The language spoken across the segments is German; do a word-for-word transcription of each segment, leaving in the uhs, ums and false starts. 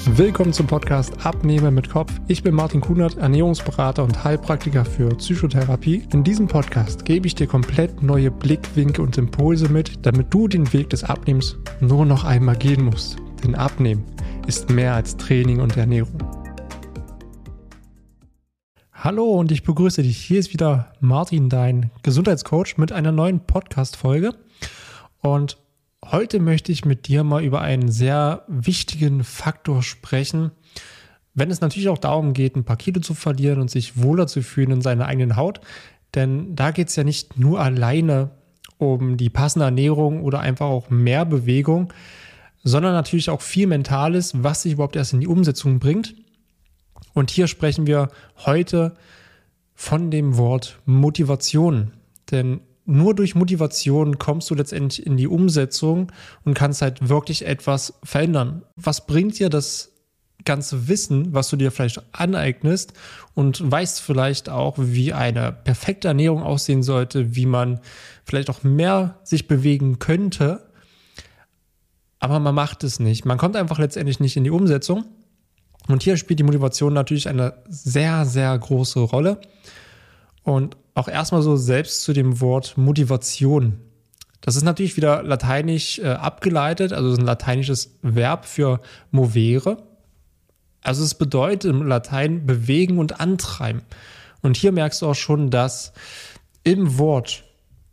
Willkommen zum Podcast Abnehmen mit Kopf. Ich bin Martin Kunert, Ernährungsberater und Heilpraktiker für Psychotherapie. In diesem Podcast gebe ich dir komplett neue Blickwinkel und Impulse mit, damit du den Weg des Abnehmens nur noch einmal gehen musst. Denn Abnehmen ist mehr als Training und Ernährung. Hallo und ich begrüße dich. Hier ist wieder Martin, dein Gesundheitscoach, mit einer neuen Podcast-Folge. Und heute möchte ich mit dir mal über einen sehr wichtigen Faktor sprechen, wenn es natürlich auch darum geht, ein paar Kilo zu verlieren und sich wohler zu fühlen in seiner eigenen Haut. Denn da geht es ja nicht nur alleine um die passende Ernährung oder einfach auch mehr Bewegung, sondern natürlich auch viel Mentales, was sich überhaupt erst in die Umsetzung bringt. Und hier sprechen wir heute von dem Wort Motivation. Denn nur durch Motivation kommst du letztendlich in die Umsetzung und kannst halt wirklich etwas verändern. Was bringt dir das ganze Wissen, was du dir vielleicht aneignest und weißt vielleicht auch, wie eine perfekte Ernährung aussehen sollte, wie man vielleicht auch mehr sich bewegen könnte, aber man macht es nicht. Man kommt einfach letztendlich nicht in die Umsetzung. Und hier spielt die Motivation natürlich eine sehr, sehr große Rolle. Und auch erstmal so selbst zu dem Wort Motivation. Das ist natürlich wieder lateinisch äh, abgeleitet, also ist ein lateinisches Verb für movere. Also es bedeutet im Latein bewegen und antreiben. Und hier merkst du auch schon, dass im Wort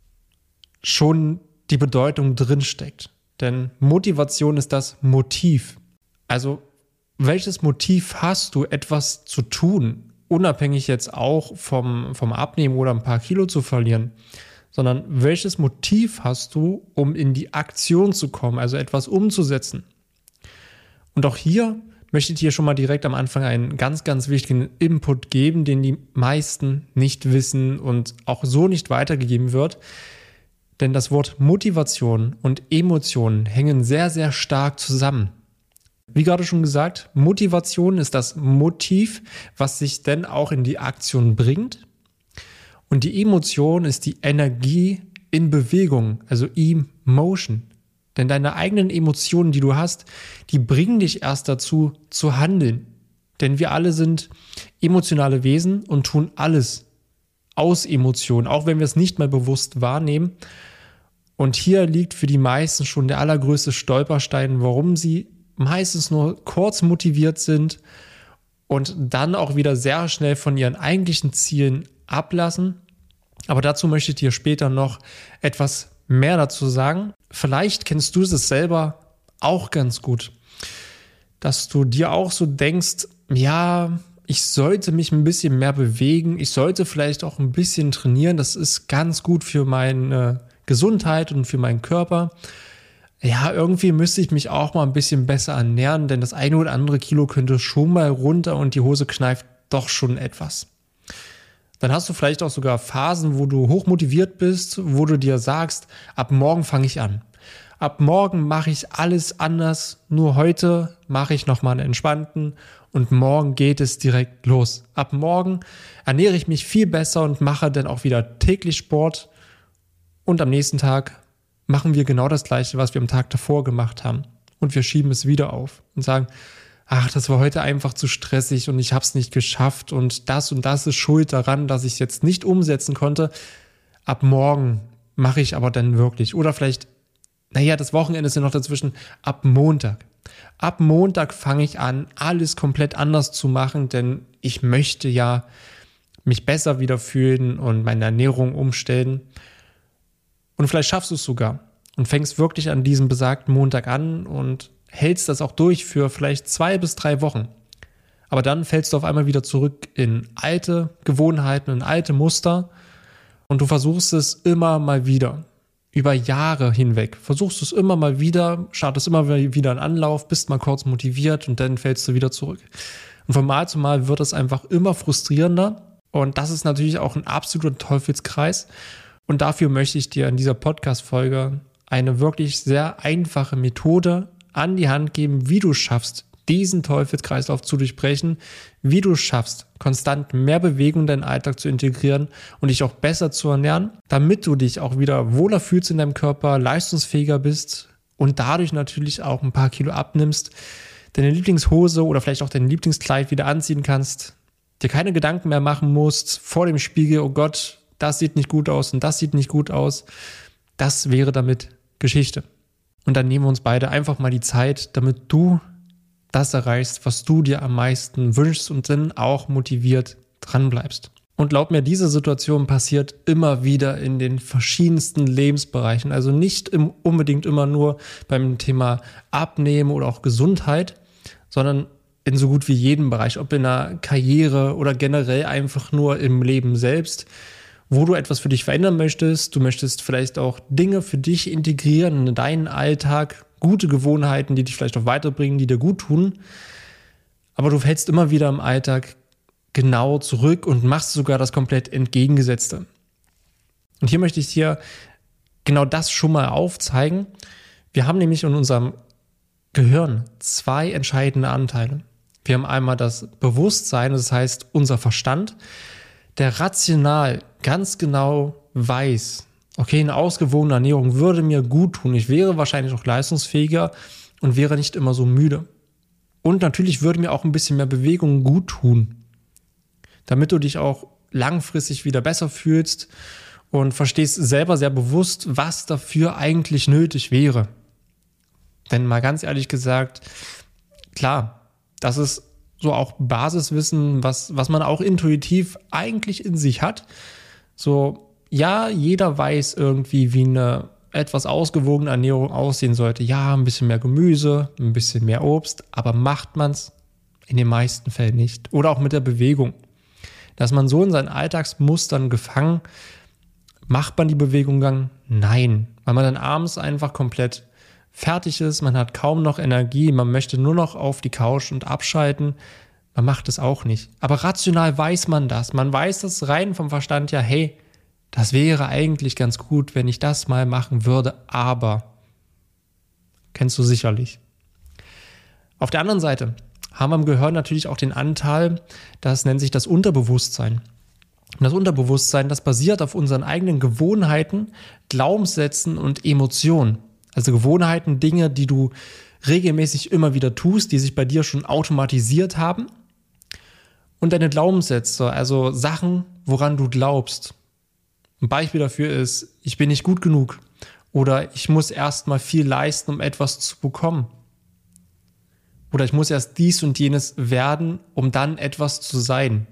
schon die Bedeutung drinsteckt. Denn Motivation ist das Motiv. Also welches Motiv hast du, etwas zu tun? Unabhängig jetzt auch vom, vom Abnehmen oder ein paar Kilo zu verlieren, sondern welches Motiv hast du, um in die Aktion zu kommen, also etwas umzusetzen? Und auch hier möchte ich dir schon mal direkt am Anfang einen ganz, ganz wichtigen Input geben, den die meisten nicht wissen und auch so nicht weitergegeben wird. Denn das Wort Motivation und Emotionen hängen sehr, sehr stark zusammen. Wie gerade schon gesagt, Motivation ist das Motiv, was sich dann auch in die Aktion bringt. Und die Emotion ist die Energie in Bewegung, also Emotion. Denn deine eigenen Emotionen, die du hast, die bringen dich erst dazu, zu handeln. Denn wir alle sind emotionale Wesen und tun alles aus Emotionen, auch wenn wir es nicht mal bewusst wahrnehmen. Und hier liegt für die meisten schon der allergrößte Stolperstein, warum sie meistens nur kurz motiviert sind und dann auch wieder sehr schnell von ihren eigentlichen Zielen ablassen. Aber dazu möchte ich dir später noch etwas mehr dazu sagen. Vielleicht kennst du es selber auch ganz gut, dass du dir auch so denkst, ja, ich sollte mich ein bisschen mehr bewegen, ich sollte vielleicht auch ein bisschen trainieren, das ist ganz gut für meine Gesundheit und für meinen Körper. Ja, irgendwie müsste ich mich auch mal ein bisschen besser ernähren, denn das eine oder andere Kilo könnte schon mal runter und die Hose kneift doch schon etwas. Dann hast du vielleicht auch sogar Phasen, wo du hochmotiviert bist, wo du dir sagst, ab morgen fange ich an. Ab morgen mache ich alles anders, nur heute mache ich nochmal einen entspannten und morgen geht es direkt los. Ab morgen ernähre ich mich viel besser und mache dann auch wieder täglich Sport und am nächsten Tag machen wir genau das Gleiche, was wir am Tag davor gemacht haben. Und wir schieben es wieder auf und sagen, ach, das war heute einfach zu stressig und ich habe es nicht geschafft und das und das ist schuld daran, dass ich es jetzt nicht umsetzen konnte. Ab morgen mache ich aber dann wirklich. Oder vielleicht, naja, das Wochenende ist ja noch dazwischen, ab Montag. Ab Montag fange ich an, alles komplett anders zu machen, denn ich möchte ja mich besser wieder fühlen und meine Ernährung umstellen. Und vielleicht schaffst du es sogar und fängst wirklich an diesem besagten Montag an und hältst das auch durch für vielleicht zwei bis drei Wochen. Aber dann fällst du auf einmal wieder zurück in alte Gewohnheiten, in alte Muster und du versuchst es immer mal wieder. Über Jahre hinweg versuchst du es immer mal wieder, startest immer wieder einen Anlauf, bist mal kurz motiviert und dann fällst du wieder zurück. Und von Mal zu Mal wird es einfach immer frustrierender und das ist natürlich auch ein absoluter Teufelskreis. Und dafür möchte ich dir in dieser Podcast-Folge eine wirklich sehr einfache Methode an die Hand geben, wie du schaffst, diesen Teufelskreislauf zu durchbrechen, wie du schaffst, konstant mehr Bewegung in deinen Alltag zu integrieren und dich auch besser zu ernähren, damit du dich auch wieder wohler fühlst in deinem Körper, leistungsfähiger bist und dadurch natürlich auch ein paar Kilo abnimmst. deine Lieblingshose oder vielleicht auch dein Lieblingskleid wieder anziehen kannst, dir keine Gedanken mehr machen musst vor dem Spiegel, oh Gott, das sieht nicht gut aus und das sieht nicht gut aus. Das wäre damit Geschichte. Und dann nehmen wir uns beide einfach mal die Zeit, damit du das erreichst, was du dir am meisten wünschst und dann auch motiviert dranbleibst. Und glaub mir, diese Situation passiert immer wieder in den verschiedensten Lebensbereichen. Also nicht im, unbedingt immer nur beim Thema Abnehmen oder auch Gesundheit, sondern in so gut wie jedem Bereich, ob in einer Karriere oder generell einfach nur im Leben selbst, wo du etwas für dich verändern möchtest. Du möchtest vielleicht auch Dinge für dich integrieren in deinen Alltag, gute Gewohnheiten, die dich vielleicht auch weiterbringen, die dir gut tun. Aber du fällst immer wieder im Alltag genau zurück und machst sogar das komplett Entgegengesetzte. Und hier möchte ich dir genau das schon mal aufzeigen. Wir haben nämlich in unserem Gehirn zwei entscheidende Anteile. Wir haben einmal das Bewusstsein, das heißt unser Verstand, der rational ganz genau weiß, okay, eine ausgewogene Ernährung würde mir gut tun. Ich wäre wahrscheinlich auch leistungsfähiger und wäre nicht immer so müde. Und natürlich würde mir auch ein bisschen mehr Bewegung gut tun, damit du dich auch langfristig wieder besser fühlst und verstehst selber sehr bewusst, was dafür eigentlich nötig wäre. Denn mal ganz ehrlich gesagt, klar, das ist so auch Basiswissen, was, was man auch intuitiv eigentlich in sich hat. So, ja, jeder weiß irgendwie, wie eine etwas ausgewogene Ernährung aussehen sollte. Ja, ein bisschen mehr Gemüse, ein bisschen mehr Obst, aber macht man es in den meisten Fällen nicht. Oder auch mit der Bewegung. Dass man so in seinen Alltagsmustern gefangen, macht man die Bewegung dann? Nein, weil man dann abends einfach komplett fertig ist, man hat kaum noch Energie, man möchte nur noch auf die Couch und abschalten, man macht es auch nicht. Aber rational weiß man das, man weiß das rein vom Verstand, ja, hey, das wäre eigentlich ganz gut, wenn ich das mal machen würde, aber, kennst du sicherlich. Auf der anderen Seite haben wir im Gehirn natürlich auch den Anteil, das nennt sich das Unterbewusstsein. Und das Unterbewusstsein, das basiert auf unseren eigenen Gewohnheiten, Glaubenssätzen und Emotionen. Also Gewohnheiten, Dinge, die du regelmäßig immer wieder tust, die sich bei dir schon automatisiert haben. Und deine Glaubenssätze, also Sachen, woran du glaubst. Ein Beispiel dafür ist, ich bin nicht gut genug oder ich muss erst mal viel leisten, um etwas zu bekommen. Oder ich muss erst dies und jenes werden, um dann etwas zu sein.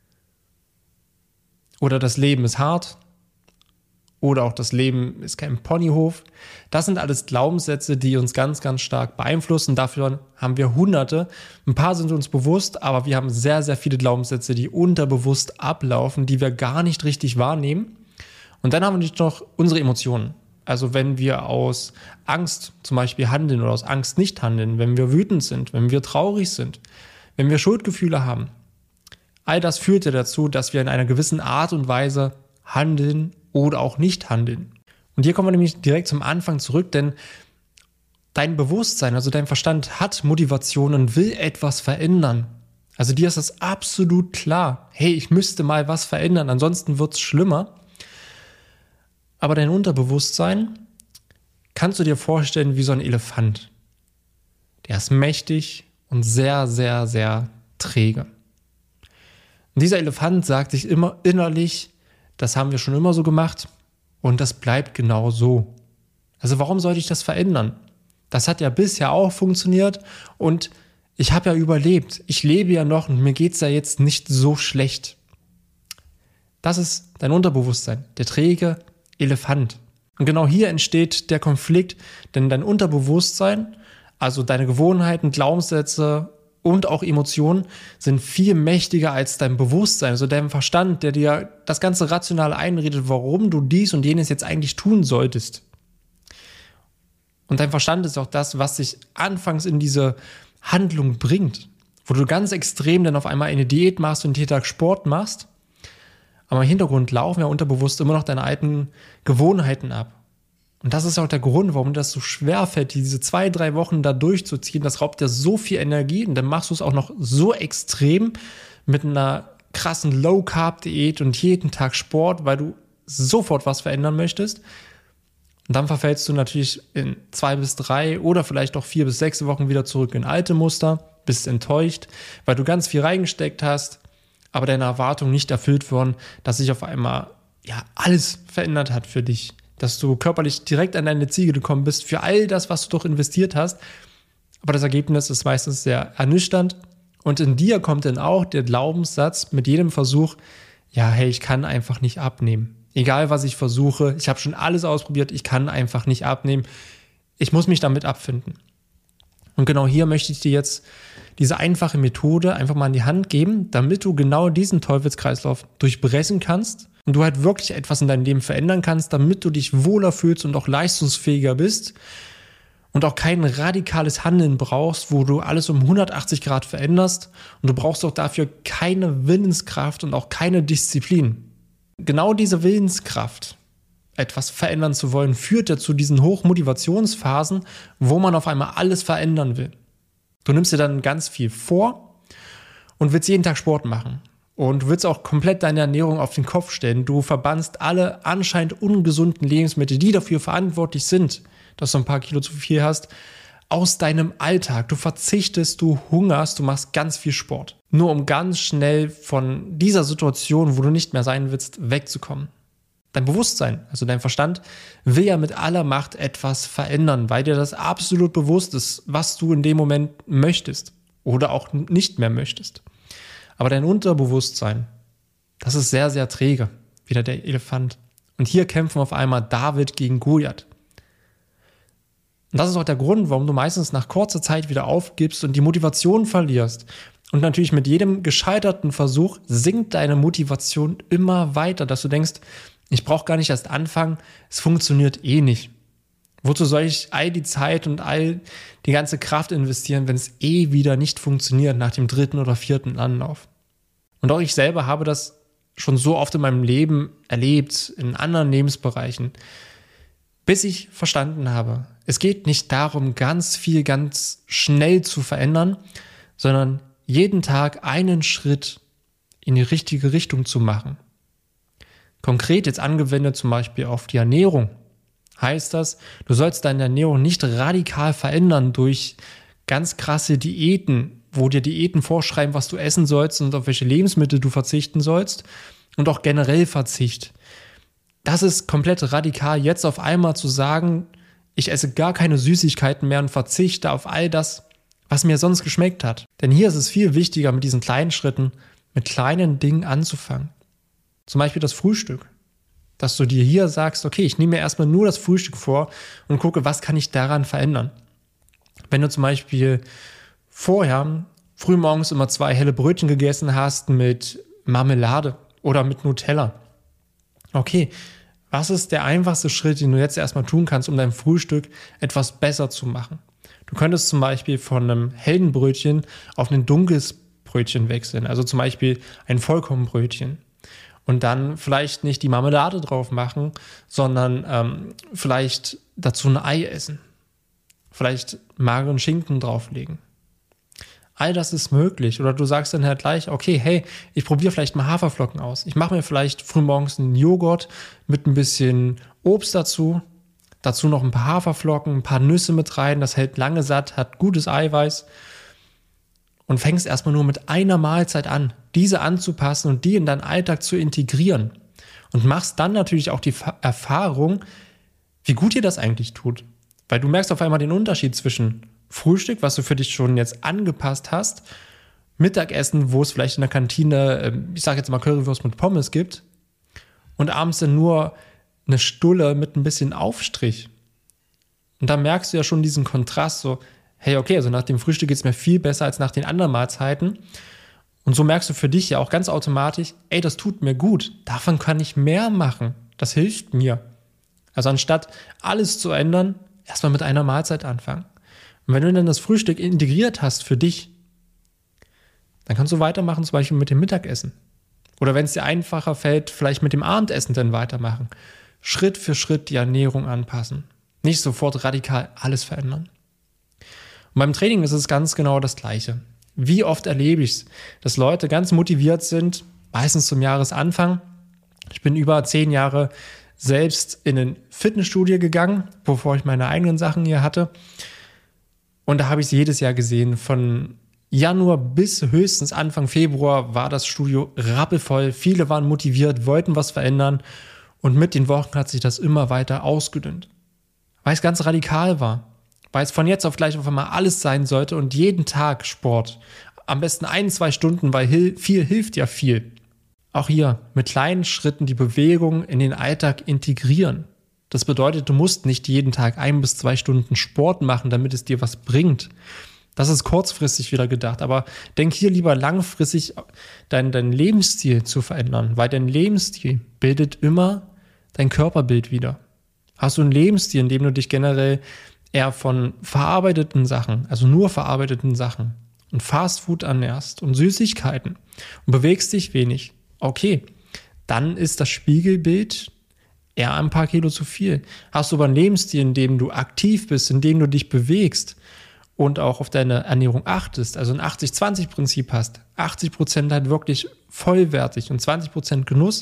Oder das Leben ist hart. Oder auch das Leben ist kein Ponyhof. Das sind alles Glaubenssätze, die uns ganz, ganz stark beeinflussen. Dafür haben wir Hunderte. Ein paar sind uns bewusst, aber wir haben sehr, sehr viele Glaubenssätze, die unterbewusst ablaufen, die wir gar nicht richtig wahrnehmen. Und dann haben wir nicht noch unsere Emotionen. Also wenn wir aus Angst zum Beispiel handeln oder aus Angst nicht handeln, wenn wir wütend sind, wenn wir traurig sind, wenn wir Schuldgefühle haben. All das führt ja dazu, dass wir in einer gewissen Art und Weise handeln oder auch nicht handeln. Und hier kommen wir nämlich direkt zum Anfang zurück, denn dein Bewusstsein, also dein Verstand hat Motivation und will etwas verändern. Also dir ist das absolut klar. Hey, ich müsste mal was verändern, ansonsten wird es schlimmer. Aber dein Unterbewusstsein kannst du dir vorstellen wie so ein Elefant. Der ist mächtig und sehr, sehr, sehr träge. Und dieser Elefant sagt sich immer innerlich, das haben wir schon immer so gemacht und das bleibt genau so. Also warum sollte ich das verändern? Das hat ja bisher auch funktioniert und ich habe ja überlebt. Ich lebe ja noch und mir geht es ja jetzt nicht so schlecht. Das ist dein Unterbewusstsein, der träge Elefant. Und genau hier entsteht der Konflikt, denn dein Unterbewusstsein, also deine Gewohnheiten, Glaubenssätze und auch Emotionen sind viel mächtiger als dein Bewusstsein, also dein Verstand, der dir das ganze rational einredet, warum du dies und jenes jetzt eigentlich tun solltest. Und dein Verstand ist auch das, was dich anfangs in diese Handlung bringt, wo du ganz extrem dann auf einmal eine Diät machst und jeden Tag Sport machst. Aber im Hintergrund laufen ja unterbewusst immer noch deine alten Gewohnheiten ab. Und das ist auch der Grund, warum das so schwer fällt, diese zwei, drei Wochen da durchzuziehen. Das raubt dir so viel Energie und dann machst du es auch noch so extrem mit einer krassen Low-Carb-Diät und jeden Tag Sport, weil du sofort was verändern möchtest. Und dann verfällst du natürlich in zwei bis drei oder vielleicht auch vier bis sechs Wochen wieder zurück in alte Muster, bist enttäuscht, weil du ganz viel reingesteckt hast, aber deine Erwartungen nicht erfüllt wurden, dass sich auf einmal ja alles verändert hat für dich, dass du körperlich direkt an deine Ziele gekommen bist für all das, was du doch investiert hast. Aber das Ergebnis ist meistens sehr ernüchternd und in dir kommt dann auch der Glaubenssatz mit jedem Versuch, ja, hey, ich kann einfach nicht abnehmen. Egal, was ich versuche, ich habe schon alles ausprobiert, ich kann einfach nicht abnehmen. Ich muss mich damit abfinden. Und genau hier möchte ich dir jetzt diese einfache Methode einfach mal in die Hand geben, damit du genau diesen Teufelskreislauf durchbrechen kannst und du halt wirklich etwas in deinem Leben verändern kannst, damit du dich wohler fühlst und auch leistungsfähiger bist und auch kein radikales Handeln brauchst, wo du alles um hundertachtzig Grad veränderst und du brauchst auch dafür keine Willenskraft und auch keine Disziplin. Genau diese Willenskraft, etwas verändern zu wollen, führt ja zu diesen Hochmotivationsphasen, wo man auf einmal alles verändern will. Du nimmst dir dann ganz viel vor und willst jeden Tag Sport machen. Und du willst auch komplett deine Ernährung auf den Kopf stellen. Du verbannst alle anscheinend ungesunden Lebensmittel, die dafür verantwortlich sind, dass du ein paar Kilo zu viel hast, aus deinem Alltag. Du verzichtest, du hungerst, du machst ganz viel Sport. Nur um ganz schnell von dieser Situation, wo du nicht mehr sein willst, wegzukommen. Dein Bewusstsein, also dein Verstand, will ja mit aller Macht etwas verändern, weil dir das absolut bewusst ist, was du in dem Moment möchtest oder auch nicht mehr möchtest. Aber dein Unterbewusstsein, das ist sehr, sehr träge, wieder der Elefant. Und hier kämpfen auf einmal David gegen Goliath. Und das ist auch der Grund, warum du meistens nach kurzer Zeit wieder aufgibst und die Motivation verlierst. Und natürlich mit jedem gescheiterten Versuch sinkt deine Motivation immer weiter, dass du denkst, ich brauche gar nicht erst anfangen, es funktioniert eh nicht. Wozu soll ich all die Zeit und all die ganze Kraft investieren, wenn es eh wieder nicht funktioniert nach dem dritten oder vierten Anlauf? Und auch ich selber habe das schon so oft in meinem Leben erlebt, in anderen Lebensbereichen, bis ich verstanden habe, es geht nicht darum, ganz viel, ganz schnell zu verändern, sondern jeden Tag einen Schritt in die richtige Richtung zu machen. Konkret jetzt angewendet zum Beispiel auf die Ernährung, heißt das, du sollst deine Ernährung nicht radikal verändern durch ganz krasse Diäten, wo dir Diäten vorschreiben, was du essen sollst und auf welche Lebensmittel du verzichten sollst und auch generell Verzicht. Das ist komplett radikal, jetzt auf einmal zu sagen, ich esse gar keine Süßigkeiten mehr und verzichte auf all das, was mir sonst geschmeckt hat. Denn hier ist es viel wichtiger, mit diesen kleinen Schritten, mit kleinen Dingen anzufangen. Zum Beispiel das Frühstück. Dass du dir hier sagst, okay, ich nehme mir erstmal nur das Frühstück vor und gucke, was kann ich daran verändern. Wenn du zum Beispiel vorher frühmorgens immer zwei helle Brötchen gegessen hast mit Marmelade oder mit Nutella. Okay, was ist der einfachste Schritt, den du jetzt erstmal tun kannst, um dein Frühstück etwas besser zu machen? Du könntest zum Beispiel von einem hellen Brötchen auf ein dunkles Brötchen wechseln, also zum Beispiel ein Vollkornbrötchen. Und dann vielleicht nicht die Marmelade drauf machen, sondern ähm, vielleicht dazu ein Ei essen. Vielleicht mageren Schinken drauflegen. All das ist möglich. Oder du sagst dann halt gleich, okay, hey, ich probiere vielleicht mal Haferflocken aus. Ich mache mir vielleicht frühmorgens einen Joghurt mit ein bisschen Obst dazu. Dazu noch ein paar Haferflocken, ein paar Nüsse mit rein. Das hält lange satt, hat gutes Eiweiß. Und fängst erstmal nur mit einer Mahlzeit an, diese anzupassen und die in deinen Alltag zu integrieren. Und machst dann natürlich auch die Erfahrung, wie gut dir das eigentlich tut. Weil du merkst auf einmal den Unterschied zwischen Frühstück, was du für dich schon jetzt angepasst hast, Mittagessen, wo es vielleicht in der Kantine, ich sage jetzt mal Currywurst mit Pommes gibt, und abends dann nur eine Stulle mit ein bisschen Aufstrich. Und da merkst du ja schon diesen Kontrast, so, hey, okay, also nach dem Frühstück geht es mir viel besser als nach den anderen Mahlzeiten. Und so merkst du für dich ja auch ganz automatisch, ey, das tut mir gut, davon kann ich mehr machen, das hilft mir. Also anstatt alles zu ändern, erstmal mit einer Mahlzeit anfangen. Und wenn du dann das Frühstück integriert hast für dich, dann kannst du weitermachen, zum Beispiel mit dem Mittagessen. Oder wenn es dir einfacher fällt, vielleicht mit dem Abendessen dann weitermachen. Schritt für Schritt die Ernährung anpassen. Nicht sofort radikal alles verändern. Und beim Training ist es ganz genau das Gleiche. Wie oft erlebe ich es, dass Leute ganz motiviert sind, meistens zum Jahresanfang. Ich bin über zehn Jahre selbst in ein Fitnessstudio gegangen, bevor ich meine eigenen Sachen hier hatte. Und da habe ich es jedes Jahr gesehen. Von Januar bis höchstens Anfang Februar war das Studio rappelvoll. Viele waren motiviert, wollten was verändern. Und mit den Wochen hat sich das immer weiter ausgedünnt. Weil es ganz radikal war. Weil es von jetzt auf gleich auf einmal alles sein sollte und jeden Tag Sport. Am besten ein, zwei Stunden, weil viel hilft ja viel. Auch hier mit kleinen Schritten die Bewegung in den Alltag integrieren. Das bedeutet, du musst nicht jeden Tag ein bis zwei Stunden Sport machen, damit es dir was bringt. Das ist kurzfristig wieder gedacht, aber denk hier lieber langfristig, dein, dein Lebensstil zu verändern, weil dein Lebensstil bildet immer dein Körperbild wieder. Hast du einen Lebensstil, in dem du dich generell eher von verarbeiteten Sachen, also nur verarbeiteten Sachen und Fastfood ernährst und Süßigkeiten und bewegst dich wenig, okay, dann ist das Spiegelbild eher ein paar Kilo zu viel. Hast du aber einen Lebensstil, in dem du aktiv bist, in dem du dich bewegst und auch auf deine Ernährung achtest, also ein achtzig zwanzig Prinzip hast, achtzig Prozent halt wirklich vollwertig und zwanzig Prozent Genuss,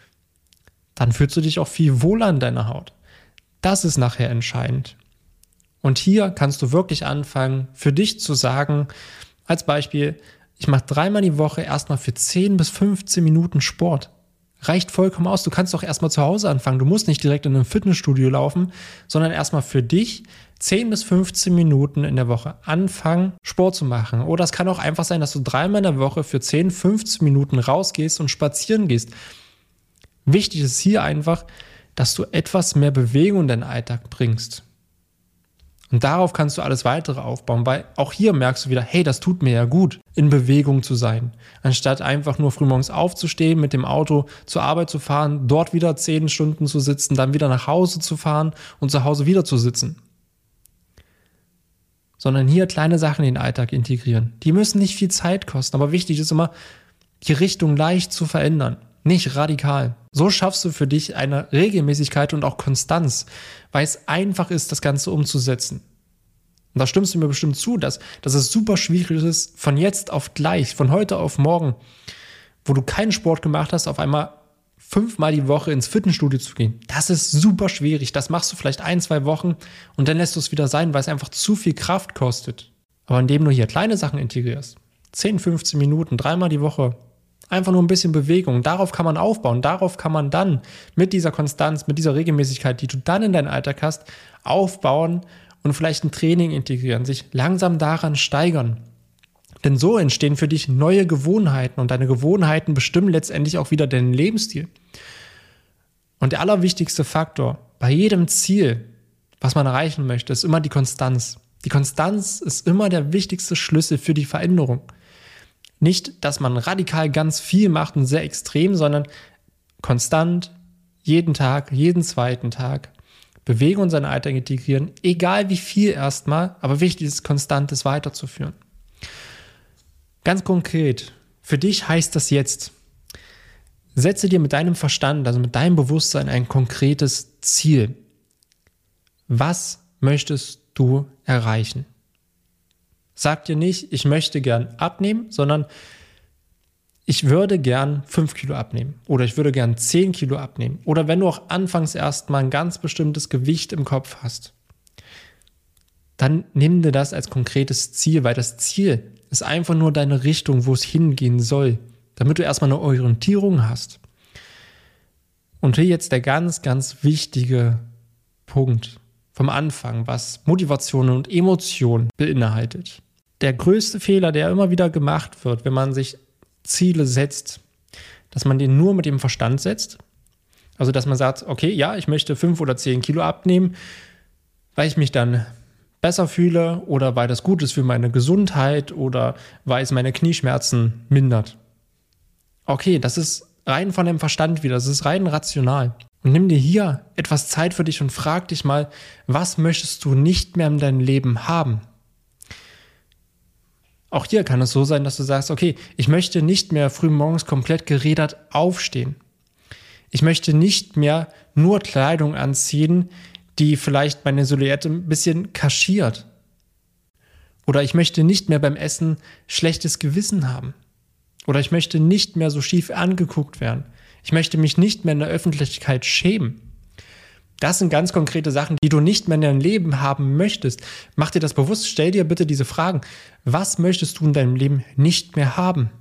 dann fühlst du dich auch viel wohler in deiner Haut. Das ist nachher entscheidend. Und hier kannst du wirklich anfangen, für dich zu sagen, als Beispiel, ich mache dreimal die Woche erstmal für zehn bis fünfzehn Minuten Sport. Reicht vollkommen aus. Du kannst doch erstmal zu Hause anfangen. Du musst nicht direkt in einem Fitnessstudio laufen, sondern erstmal für dich zehn bis fünfzehn Minuten in der Woche anfangen, Sport zu machen. Oder es kann auch einfach sein, dass du dreimal in der Woche für zehn, fünfzehn Minuten rausgehst und spazieren gehst. Wichtig ist hier einfach, dass du etwas mehr Bewegung in deinen Alltag bringst. Und darauf kannst du alles weitere aufbauen, weil auch hier merkst du wieder, hey, das tut mir ja gut, in Bewegung zu sein. Anstatt einfach nur frühmorgens aufzustehen, mit dem Auto zur Arbeit zu fahren, dort wieder zehn Stunden zu sitzen, dann wieder nach Hause zu fahren und zu Hause wieder zu sitzen. Sondern hier kleine Sachen in den Alltag integrieren. Die müssen nicht viel Zeit kosten, aber wichtig ist immer, die Richtung leicht zu verändern. Nicht radikal. So schaffst du für dich eine Regelmäßigkeit und auch Konstanz, weil es einfach ist, das Ganze umzusetzen. Und da stimmst du mir bestimmt zu, dass, dass es super schwierig ist, von jetzt auf gleich, von heute auf morgen, wo du keinen Sport gemacht hast, auf einmal fünfmal die Woche ins Fitnessstudio zu gehen. Das ist super schwierig. Das machst du vielleicht ein, zwei Wochen und dann lässt du es wieder sein, weil es einfach zu viel Kraft kostet. Aber indem du hier kleine Sachen integrierst, zehn, fünfzehn Minuten, dreimal die Woche, einfach nur ein bisschen Bewegung, darauf kann man aufbauen, darauf kann man dann mit dieser Konstanz, mit dieser Regelmäßigkeit, die du dann in deinen Alltag hast, aufbauen und vielleicht ein Training integrieren, sich langsam daran steigern. Denn so entstehen für dich neue Gewohnheiten und deine Gewohnheiten bestimmen letztendlich auch wieder deinen Lebensstil. Und der allerwichtigste Faktor bei jedem Ziel, was man erreichen möchte, ist immer die Konstanz. Die Konstanz ist immer der wichtigste Schlüssel für die Veränderung. Nicht, dass man radikal ganz viel macht und sehr extrem, sondern konstant, jeden Tag, jeden zweiten Tag, Bewegung in seinen Alltag integrieren, egal wie viel erstmal, aber wichtig ist, konstantes weiterzuführen. Ganz konkret, für dich heißt das jetzt, setze dir mit deinem Verstand, also mit deinem Bewusstsein ein konkretes Ziel. Was möchtest du erreichen? Sag dir nicht, ich möchte gern abnehmen, sondern ich würde gern fünf Kilo abnehmen oder ich würde gern zehn Kilo abnehmen. Oder wenn du auch anfangs erstmal ein ganz bestimmtes Gewicht im Kopf hast, dann nimm dir das als konkretes Ziel, weil das Ziel ist einfach nur deine Richtung, wo es hingehen soll, damit du erstmal eine Orientierung hast. Und hier jetzt der ganz, ganz wichtige Punkt vom Anfang, was Motivation und Emotion beinhaltet. Der größte Fehler, der immer wieder gemacht wird, wenn man sich Ziele setzt, dass man den nur mit dem Verstand setzt. Also, dass man sagt, okay, ja, ich möchte fünf oder zehn Kilo abnehmen, weil ich mich dann besser fühle oder weil das gut ist für meine Gesundheit oder weil es meine Knieschmerzen mindert. Okay, das ist rein von dem Verstand wieder, das ist rein rational. Und nimm dir hier etwas Zeit für dich und frag dich mal, was möchtest du nicht mehr in deinem Leben haben? Auch hier kann es so sein, dass du sagst, okay, ich möchte nicht mehr früh morgens komplett gerädert aufstehen. Ich möchte nicht mehr nur Kleidung anziehen, die vielleicht meine Silhouette ein bisschen kaschiert. Oder ich möchte nicht mehr beim Essen schlechtes Gewissen haben. Oder ich möchte nicht mehr so schief angeguckt werden. Ich möchte mich nicht mehr in der Öffentlichkeit schämen. Das sind ganz konkrete Sachen, die du nicht mehr in deinem Leben haben möchtest. Mach dir das bewusst, stell dir bitte diese Fragen. Was möchtest du in deinem Leben nicht mehr haben?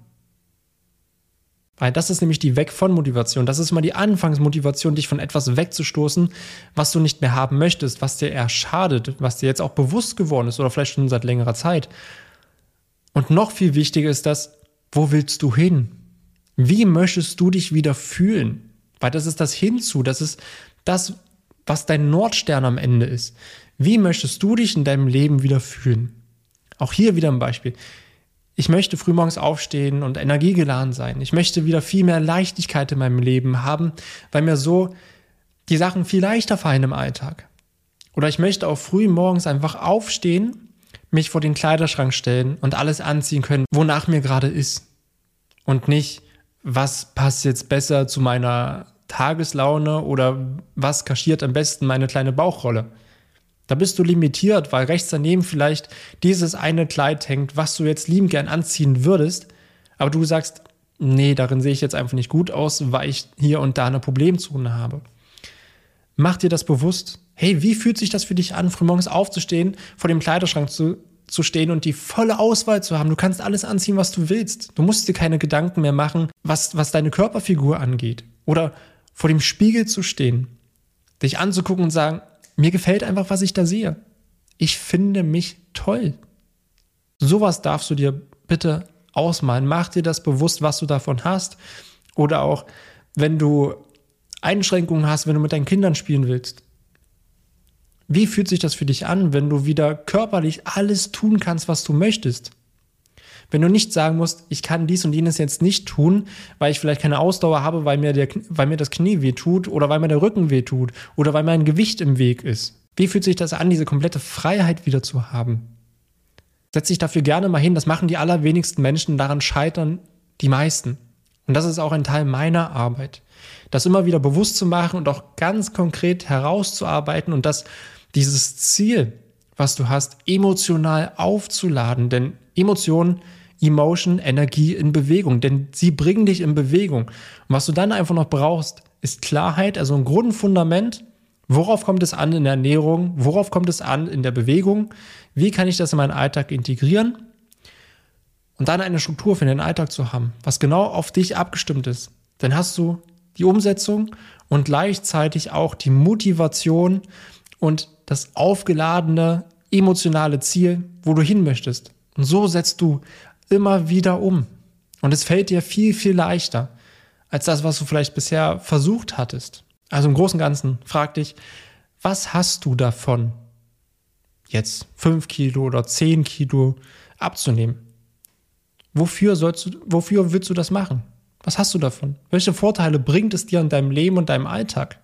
Weil das ist nämlich die Weg-von-Motivation. Das ist mal die Anfangsmotivation, dich von etwas wegzustoßen, was du nicht mehr haben möchtest, was dir eher schadet, was dir jetzt auch bewusst geworden ist oder vielleicht schon seit längerer Zeit. Und noch viel wichtiger ist das, wo willst du hin? Wie möchtest du dich wieder fühlen? Weil das ist das Hinzu, das ist das, was dein Nordstern am Ende ist. Wie möchtest du dich in deinem Leben wieder fühlen? Auch hier wieder ein Beispiel. Ich möchte frühmorgens aufstehen und energiegeladen sein. Ich möchte wieder viel mehr Leichtigkeit in meinem Leben haben, weil mir so die Sachen viel leichter fallen im Alltag. Oder ich möchte auch früh morgens einfach aufstehen, mich vor den Kleiderschrank stellen und alles anziehen können, wonach mir gerade ist. Und nicht, was passt jetzt besser zu meiner Tageslaune oder was kaschiert am besten meine kleine Bauchrolle. Da bist du limitiert, weil rechts daneben vielleicht dieses eine Kleid hängt, was du jetzt liebend gern anziehen würdest, aber du sagst, nee, darin sehe ich jetzt einfach nicht gut aus, weil ich hier und da eine Problemzone habe. Mach dir das bewusst. Hey, wie fühlt sich das für dich an, frühmorgens aufzustehen, vor dem Kleiderschrank zu, zu stehen und die volle Auswahl zu haben? Du kannst alles anziehen, was du willst. Du musst dir keine Gedanken mehr machen, was, was deine Körperfigur angeht. Oder vor dem Spiegel zu stehen, dich anzugucken und sagen, mir gefällt einfach, was ich da sehe. Ich finde mich toll. Sowas darfst du dir bitte ausmalen. Mach dir das bewusst, was du davon hast. Oder auch, wenn du Einschränkungen hast, wenn du mit deinen Kindern spielen willst. Wie fühlt sich das für dich an, wenn du wieder körperlich alles tun kannst, was du möchtest? Wenn du nicht sagen musst, ich kann dies und jenes jetzt nicht tun, weil ich vielleicht keine Ausdauer habe, weil mir, der, weil mir das Knie wehtut oder weil mir der Rücken wehtut oder weil mein Gewicht im Weg ist. Wie fühlt sich das an, diese komplette Freiheit wieder zu haben? Setz dich dafür gerne mal hin, das machen die allerwenigsten Menschen, daran scheitern die meisten. Und das ist auch ein Teil meiner Arbeit. Das immer wieder bewusst zu machen und auch ganz konkret herauszuarbeiten und das, dieses Ziel, was du hast, emotional aufzuladen. Denn Emotionen, Emotion, Energie in Bewegung, denn sie bringen dich in Bewegung. Und was du dann einfach noch brauchst, ist Klarheit, also ein Grundfundament. Worauf kommt es an in der Ernährung? Worauf kommt es an in der Bewegung? Wie kann ich das in meinen Alltag integrieren? Und dann eine Struktur für den Alltag zu haben, was genau auf dich abgestimmt ist. Dann hast du die Umsetzung und gleichzeitig auch die Motivation und das aufgeladene emotionale Ziel, wo du hin möchtest. Und so setzt du immer wieder um. Und es fällt dir viel, viel leichter als das, was du vielleicht bisher versucht hattest. Also im Großen und Ganzen, frag dich, was hast du davon, jetzt fünf Kilo oder zehn Kilo abzunehmen? Wofür sollst du, wofür willst du das machen? Was hast du davon? Welche Vorteile bringt es dir in deinem Leben und deinem Alltag?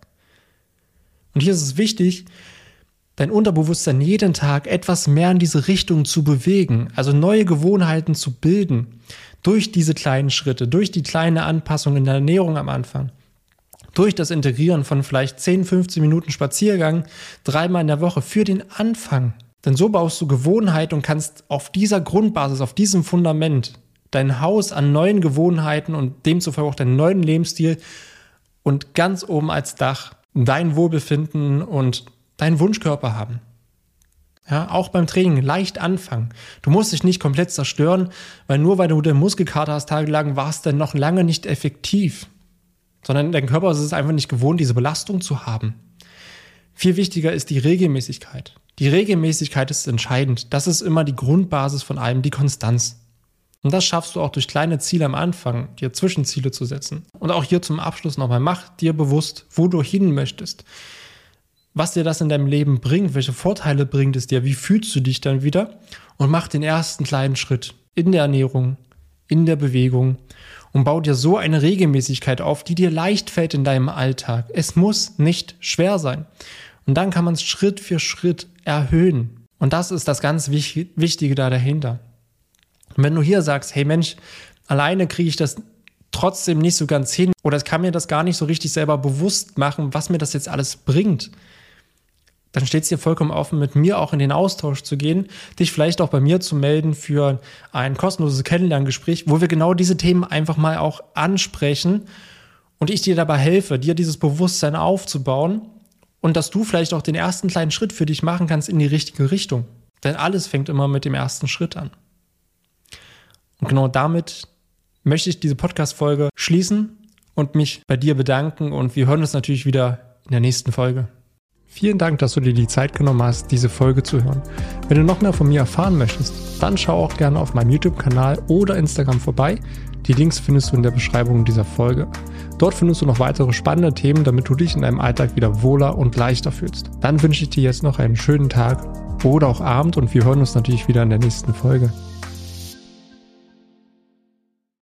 Und hier ist es wichtig, dein Unterbewusstsein jeden Tag etwas mehr in diese Richtung zu bewegen, also neue Gewohnheiten zu bilden, durch diese kleinen Schritte, durch die kleine Anpassung in der Ernährung am Anfang, durch das Integrieren von vielleicht zehn, fünfzehn Minuten Spaziergang dreimal in der Woche für den Anfang. Denn so baust du Gewohnheiten und kannst auf dieser Grundbasis, auf diesem Fundament dein Haus an neuen Gewohnheiten und demzufolge auch deinen neuen Lebensstil und ganz oben als Dach dein Wohlbefinden und deinen Wunschkörper haben. Ja, auch beim Training leicht anfangen. Du musst dich nicht komplett zerstören, weil nur weil du den Muskelkater hast tagelang, war es dann noch lange nicht effektiv. Sondern dein Körper ist es einfach nicht gewohnt, diese Belastung zu haben. Viel wichtiger ist die Regelmäßigkeit. Die Regelmäßigkeit ist entscheidend. Das ist immer die Grundbasis von allem, die Konstanz. Und das schaffst du auch durch kleine Ziele am Anfang, dir Zwischenziele zu setzen. Und auch hier zum Abschluss nochmal, mach dir bewusst, wo du hin möchtest. Was dir das in deinem Leben bringt, welche Vorteile bringt es dir, wie fühlst du dich dann wieder? Und mach den ersten kleinen Schritt in der Ernährung, in der Bewegung und bau dir so eine Regelmäßigkeit auf, die dir leicht fällt in deinem Alltag. Es muss nicht schwer sein. Und dann kann man es Schritt für Schritt erhöhen. Und das ist das ganz Wichtige da dahinter. Und wenn du hier sagst, hey Mensch, alleine kriege ich das trotzdem nicht so ganz hin oder ich kann mir das gar nicht so richtig selber bewusst machen, was mir das jetzt alles bringt, dann steht es dir vollkommen offen, mit mir auch in den Austausch zu gehen, dich vielleicht auch bei mir zu melden für ein kostenloses Kennenlerngespräch, wo wir genau diese Themen einfach mal auch ansprechen und ich dir dabei helfe, dir dieses Bewusstsein aufzubauen und dass du vielleicht auch den ersten kleinen Schritt für dich machen kannst in die richtige Richtung. Denn alles fängt immer mit dem ersten Schritt an. Und genau damit möchte ich diese Podcast-Folge schließen und mich bei dir bedanken. Und wir hören uns natürlich wieder in der nächsten Folge. Vielen Dank, dass du dir die Zeit genommen hast, diese Folge zu hören. Wenn du noch mehr von mir erfahren möchtest, dann schau auch gerne auf meinem YouTube-Kanal oder Instagram vorbei. Die Links findest du in der Beschreibung dieser Folge. Dort findest du noch weitere spannende Themen, damit du dich in deinem Alltag wieder wohler und leichter fühlst. Dann wünsche ich dir jetzt noch einen schönen Tag oder auch Abend und wir hören uns natürlich wieder in der nächsten Folge.